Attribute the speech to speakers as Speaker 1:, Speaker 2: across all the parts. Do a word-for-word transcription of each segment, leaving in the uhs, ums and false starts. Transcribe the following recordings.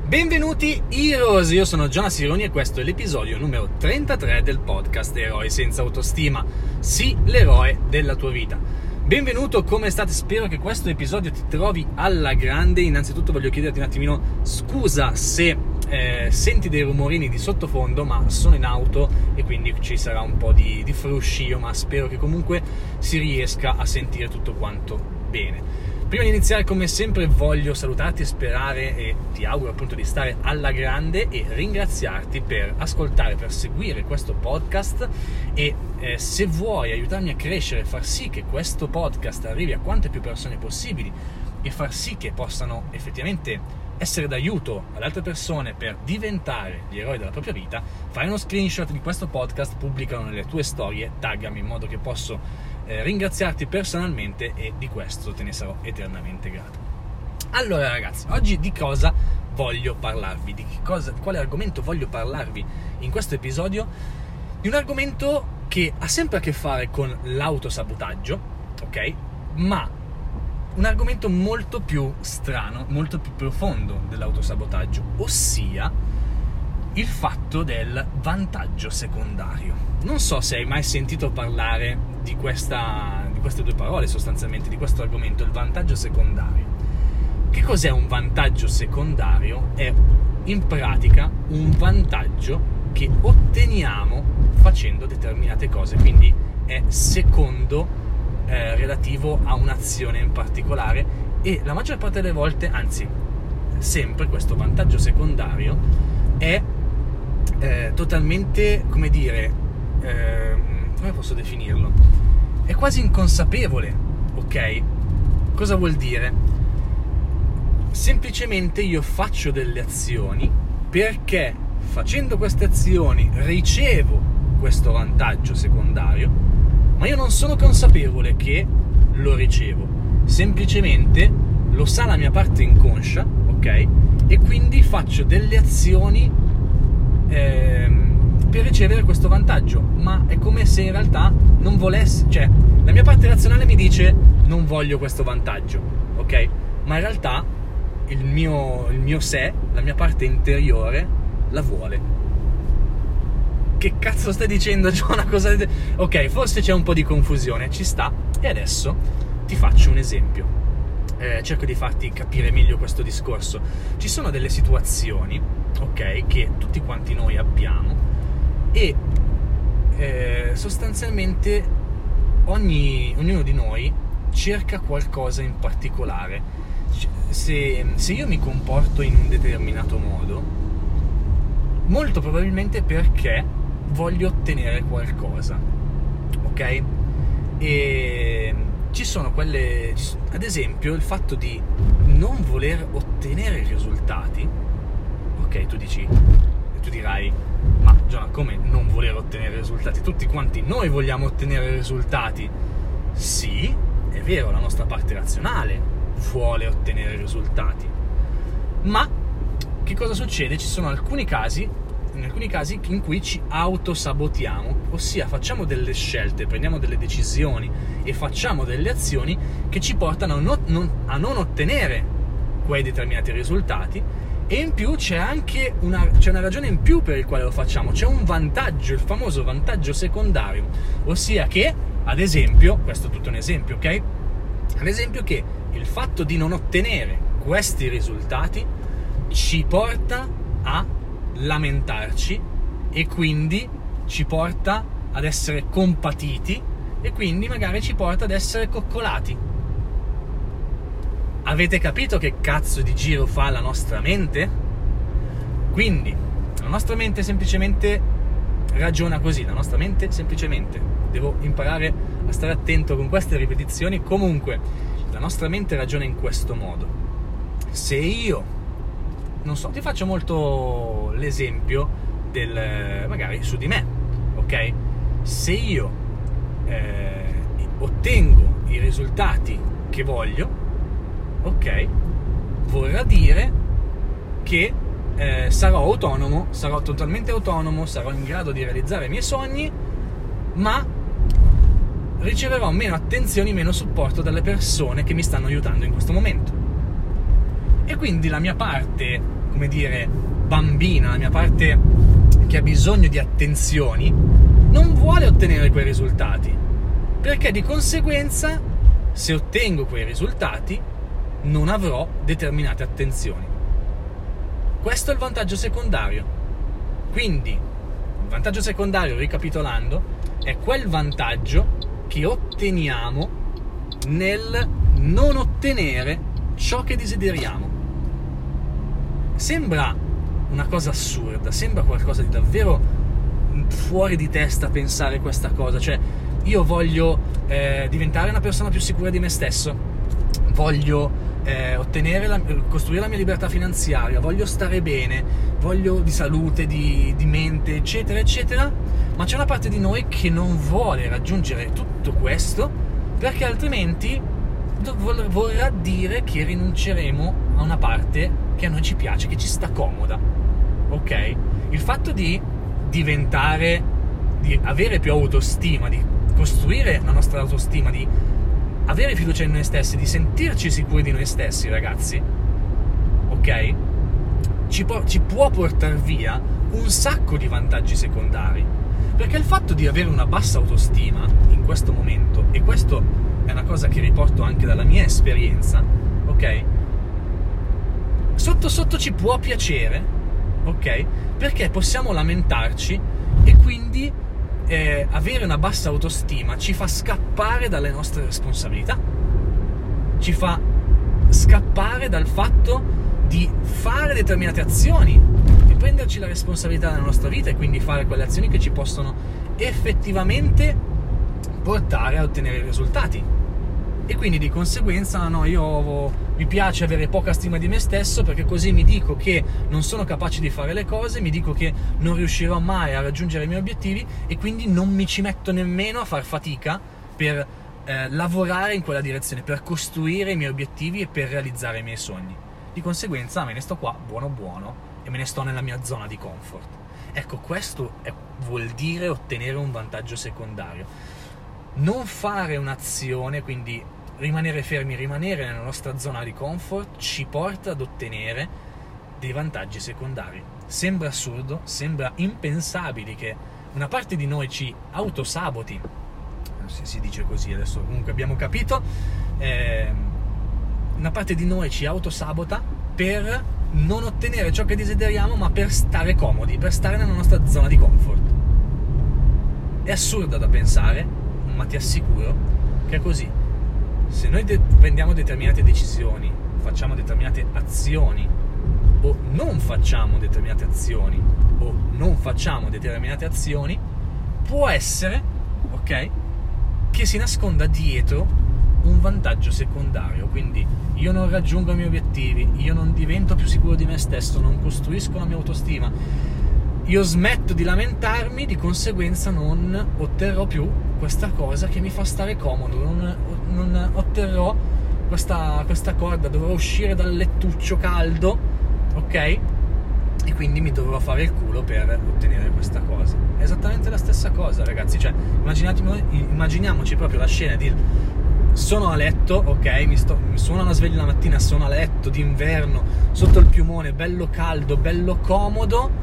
Speaker 1: Benvenuti Heroes, io sono Giona Sironi e questo è l'episodio numero trentatré del podcast Eroi senza autostima. Sì, l'eroe della tua vita. Benvenuto, come state? Spero che questo episodio ti trovi alla grande. Innanzitutto voglio chiederti un attimino scusa se eh, senti dei rumorini di sottofondo, ma sono in auto e quindi ci sarà un po' di, di fruscio, ma spero che comunque si riesca a sentire tutto quanto bene. Prima di iniziare, come sempre, voglio salutarti e sperare e ti auguro appunto di stare alla grande e ringraziarti per ascoltare, per seguire questo podcast e eh, se vuoi aiutarmi a crescere, far sì che questo podcast arrivi a quante più persone possibili e far sì che possano effettivamente essere d'aiuto ad altre persone per diventare gli eroi della propria vita, fai uno screenshot di questo podcast, pubblicalo nelle tue storie, taggami in modo che posso eh, ringraziarti personalmente e di questo te ne sarò eternamente grato. Allora ragazzi, oggi di cosa voglio parlarvi? Di cosa, di quale argomento voglio parlarvi in questo episodio? Di un argomento che ha sempre a che fare con l'autosabotaggio, ok? Ma un argomento molto più strano, molto più profondo dell'autosabotaggio, ossia il fatto del vantaggio secondario. Non so se hai mai sentito parlare di questa, di queste due parole, sostanzialmente, di questo argomento, il vantaggio secondario. Che cos'è un vantaggio secondario? È in pratica un vantaggio che otteniamo facendo determinate cose, quindi è secondo Eh, relativo a un'azione in particolare e la maggior parte delle volte, anzi sempre, questo vantaggio secondario è eh, totalmente, come dire, eh, come posso definirlo? È quasi inconsapevole, ok? Cosa vuol dire? Semplicemente io faccio delle azioni perché facendo queste azioni ricevo questo vantaggio secondario, ma io non sono consapevole che lo ricevo, semplicemente lo sa la mia parte inconscia, ok? E quindi faccio delle azioni ehm, per ricevere questo vantaggio, ma è come se in realtà non volessi, cioè la mia parte razionale mi dice non voglio questo vantaggio, ok? Ma in realtà il mio, il mio sé, la mia parte interiore la vuole. Che cazzo stai dicendo, Giona? Cosa... Ok, forse c'è un po' di confusione, ci sta. E adesso ti faccio un esempio. Eh, cerco di farti capire meglio questo discorso. Ci sono delle situazioni, ok, che tutti quanti noi abbiamo e eh, sostanzialmente ogni, ognuno di noi cerca qualcosa in particolare. Se, se io mi comporto in un determinato modo, molto probabilmente perché voglio ottenere qualcosa, ok? E ci sono quelle, ad esempio il fatto di non voler ottenere risultati, ok? Tu dici, tu dirai, ma Giona, come non voler ottenere risultati? Tutti quanti noi vogliamo ottenere risultati. Sì, è vero, la nostra parte razionale vuole ottenere risultati, ma che cosa succede? Ci sono alcuni casi in alcuni casi in cui ci autosabotiamo, ossia facciamo delle scelte, prendiamo delle decisioni e facciamo delle azioni che ci portano a non, non, a non ottenere quei determinati risultati, e in più c'è anche una, c'è una ragione in più per il quale lo facciamo, c'è un vantaggio, il famoso vantaggio secondario, ossia che, ad esempio, questo è tutto un esempio, ok? Ad esempio che il fatto di non ottenere questi risultati ci porta a lamentarci e quindi ci porta ad essere compatiti e quindi magari ci porta ad essere coccolati. Avete capito che cazzo di giro fa la nostra mente? Quindi la nostra mente semplicemente ragiona così, la nostra mente semplicemente, devo imparare a stare attento con queste ripetizioni, comunque la nostra mente ragiona in questo modo. Se io non so, ti faccio molto l'esempio del magari su di me, ok? Se io eh, ottengo i risultati che voglio, ok, vorrà dire che eh, sarò autonomo, sarò totalmente autonomo, sarò in grado di realizzare i miei sogni, ma riceverò meno attenzioni, meno supporto dalle persone che mi stanno aiutando in questo momento. E quindi la mia parte, come dire, bambina, la mia parte che ha bisogno di attenzioni, non vuole ottenere quei risultati, perché di conseguenza, se ottengo quei risultati, non avrò determinate attenzioni. Questo è il vantaggio secondario. Quindi, il vantaggio secondario, ricapitolando, è quel vantaggio che otteniamo nel non ottenere ciò che desideriamo. Sembra una cosa assurda, sembra qualcosa di davvero fuori di testa pensare questa cosa, cioè io voglio eh, diventare una persona più sicura di me stesso, voglio eh, ottenere la, costruire la mia libertà finanziaria, voglio stare bene, voglio di salute, di, di mente, eccetera eccetera, ma c'è una parte di noi che non vuole raggiungere tutto questo, perché altrimenti vorrà dire che rinunceremo a una parte che a noi ci piace, che ci sta comoda, ok? Il fatto di diventare, di avere più autostima, di costruire la nostra autostima, di avere fiducia in noi stessi, di sentirci sicuri di noi stessi, ragazzi, ok? Ci può, ci può portare via un sacco di vantaggi secondari, perché il fatto di avere una bassa autostima in questo momento, e questo è una cosa che riporto anche dalla mia esperienza, ok? Sotto sotto ci può piacere, ok? Perché possiamo lamentarci e quindi eh, avere una bassa autostima ci fa scappare dalle nostre responsabilità, ci fa scappare dal fatto di fare determinate azioni, di prenderci la responsabilità della nostra vita e quindi fare quelle azioni che ci possono effettivamente portare a ottenere i risultati. E quindi di conseguenza no, io mi piace avere poca stima di me stesso, perché così mi dico che non sono capace di fare le cose, mi dico che non riuscirò mai a raggiungere i miei obiettivi e quindi non mi ci metto nemmeno a far fatica per eh, lavorare in quella direzione, per costruire i miei obiettivi e per realizzare i miei sogni. Di conseguenza me ne sto qua buono buono e me ne sto nella mia zona di comfort. Ecco, questo è, vuol dire ottenere un vantaggio secondario. Non fare un'azione, quindi rimanere fermi, rimanere nella nostra zona di comfort, ci porta ad ottenere dei vantaggi secondari. Sembra assurdo, sembra impensabile che una parte di noi ci autosaboti, se si dice così, adesso comunque abbiamo capito, eh, una parte di noi ci autosabota per non ottenere ciò che desideriamo, ma per stare comodi, per stare nella nostra zona di comfort. È assurda da pensare, ma ti assicuro che è così. Se noi de- prendiamo determinate decisioni, facciamo determinate azioni, o non facciamo determinate azioni, o non facciamo determinate azioni, può essere, ok, che si nasconda dietro un vantaggio secondario. Quindi io non raggiungo i miei obiettivi, io non divento più sicuro di me stesso, non costruisco la mia autostima, io smetto di lamentarmi, di conseguenza non otterrò più questa cosa che mi fa stare comodo, non, non otterrò questa, questa corda, dovrò uscire dal lettuccio caldo, ok? E quindi mi dovrò fare il culo per ottenere questa cosa. È esattamente la stessa cosa, ragazzi, cioè immaginiamoci proprio la scena di sono a letto, ok, mi, sto, mi suona la sveglia la mattina, sono a letto d'inverno sotto il piumone, bello caldo, bello comodo,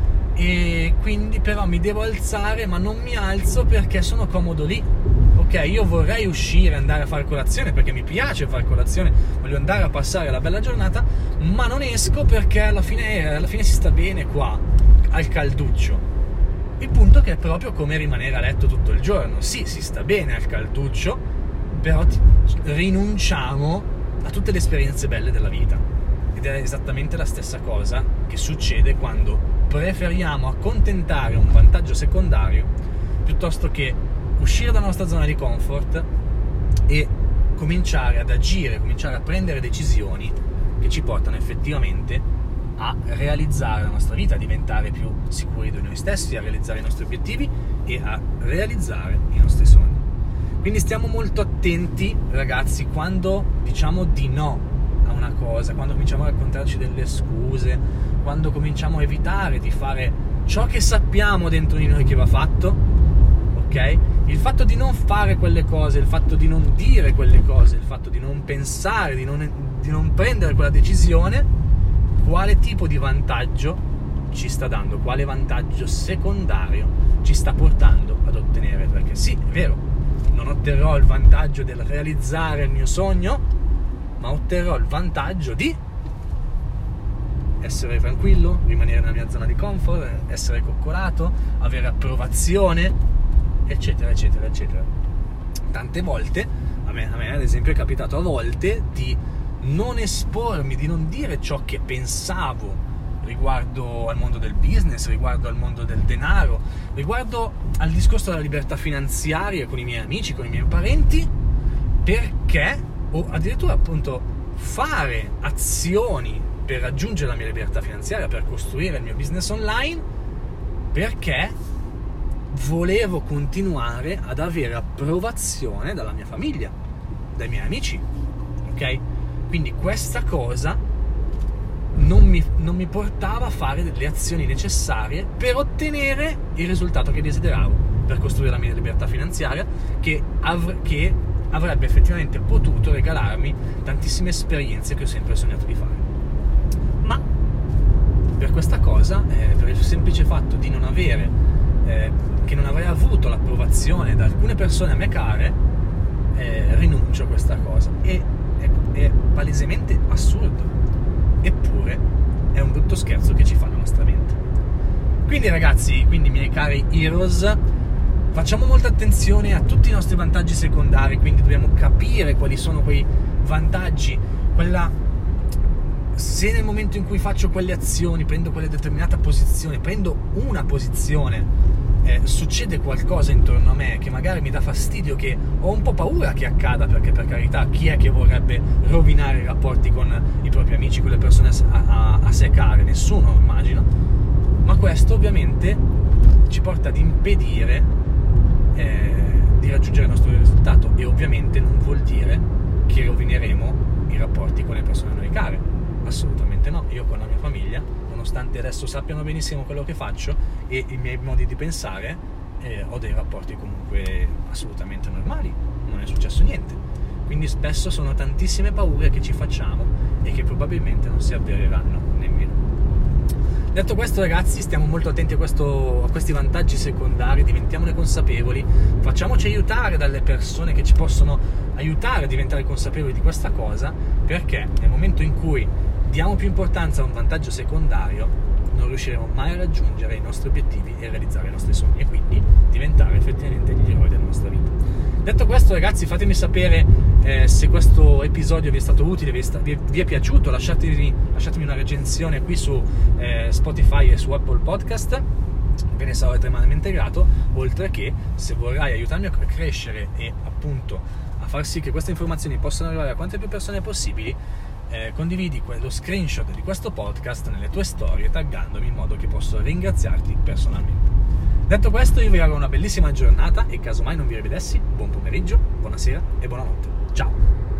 Speaker 1: e quindi però mi devo alzare, ma non mi alzo perché sono comodo lì, ok? Io vorrei uscire, andare a fare colazione perché mi piace fare colazione, voglio andare a passare la bella giornata, ma non esco perché alla fine, alla fine si sta bene qua al calduccio. Il punto è che è proprio come rimanere a letto tutto il giorno. Sì, si sta bene al calduccio, però rinunciamo a tutte le esperienze belle della vita. Ed è esattamente la stessa cosa che succede quando preferiamo accontentare un vantaggio secondario piuttosto che uscire dalla nostra zona di comfort e cominciare ad agire, cominciare a prendere decisioni che ci portano effettivamente a realizzare la nostra vita, a diventare più sicuri di noi stessi, a realizzare i nostri obiettivi e a realizzare i nostri sogni. Quindi stiamo molto attenti, ragazzi, quando diciamo di no a una cosa, quando cominciamo a raccontarci delle scuse, quando cominciamo a evitare di fare ciò che sappiamo dentro di noi che va fatto, ok? Il fatto di non fare quelle cose, il fatto di non dire quelle cose, il fatto di non pensare, di non, di non prendere quella decisione, quale tipo di vantaggio ci sta dando, quale vantaggio secondario ci sta portando ad ottenere. Perché sì, è vero, non otterrò il vantaggio del realizzare il mio sogno, ma otterrò il vantaggio di essere tranquillo, rimanere nella mia zona di comfort, essere coccolato, avere approvazione, eccetera eccetera eccetera. Tante volte a me, a me ad esempio è capitato a volte di non espormi, di non dire ciò che pensavo riguardo al mondo del business, riguardo al mondo del denaro, riguardo al discorso della libertà finanziaria con i miei amici, con i miei parenti, perché, o addirittura appunto fare azioni per raggiungere la mia libertà finanziaria, per costruire il mio business online, perché volevo continuare ad avere approvazione dalla mia famiglia, dai miei amici, ok? Quindi questa cosa non mi, non mi portava a fare delle azioni necessarie per ottenere il risultato che desideravo, per costruire la mia libertà finanziaria, che, av- che avrebbe effettivamente potuto regalarmi tantissime esperienze che ho sempre sognato di fare. Ma per questa cosa, eh, per il semplice fatto di non avere, eh, che non avrei avuto l'approvazione da alcune persone a me care, eh, rinuncio a questa cosa. E è, è palesemente assurdo. Eppure è un brutto scherzo che ci fa la nostra mente. Quindi ragazzi, quindi miei cari heroes, facciamo molta attenzione a tutti i nostri vantaggi secondari, quindi dobbiamo capire quali sono quei vantaggi, quella, se nel momento in cui faccio quelle azioni, prendo quella determinata posizione, prendo una posizione, eh, succede qualcosa intorno a me che magari mi dà fastidio, che ho un po' paura che accada, perché per carità, chi è che vorrebbe rovinare i rapporti con i propri amici, con le persone a, a, a sé care? Nessuno, immagino. Ma questo ovviamente ci porta ad impedire eh, di raggiungere il nostro risultato, e ovviamente non vuol dire che rovineremo i rapporti con le persone a noi care. Assolutamente no. Io con la mia famiglia, nonostante adesso sappiano benissimo quello che faccio e i miei modi di pensare, eh, ho dei rapporti comunque assolutamente normali, non è successo niente. Quindi spesso sono tantissime paure che ci facciamo e che probabilmente non si avvereranno nemmeno. Detto questo ragazzi, stiamo molto attenti a, questo, a questi vantaggi secondari, diventiamone consapevoli, facciamoci aiutare dalle persone che ci possono aiutare a diventare consapevoli di questa cosa, perché nel momento in cui diamo più importanza a un vantaggio secondario non riusciremo mai a raggiungere i nostri obiettivi e realizzare i nostri sogni, e quindi diventare effettivamente gli eroi della nostra vita. Detto questo ragazzi, fatemi sapere eh, se questo episodio vi è stato utile, vi è, sta- vi è, vi è piaciuto, lasciatemi, lasciatemi una recensione qui su eh, Spotify e su Apple Podcast, ve ne sarò estremamente grato, oltre che se vorrai aiutarmi a crescere e appunto a far sì che queste informazioni possano arrivare a quante più persone possibili, eh, condividi lo screenshot di questo podcast nelle tue storie taggandomi, in modo che posso ringraziarti personalmente. Detto questo, io vi auguro una bellissima giornata e casomai non vi rivedessi, buon pomeriggio, buonasera e buonanotte. Ciao!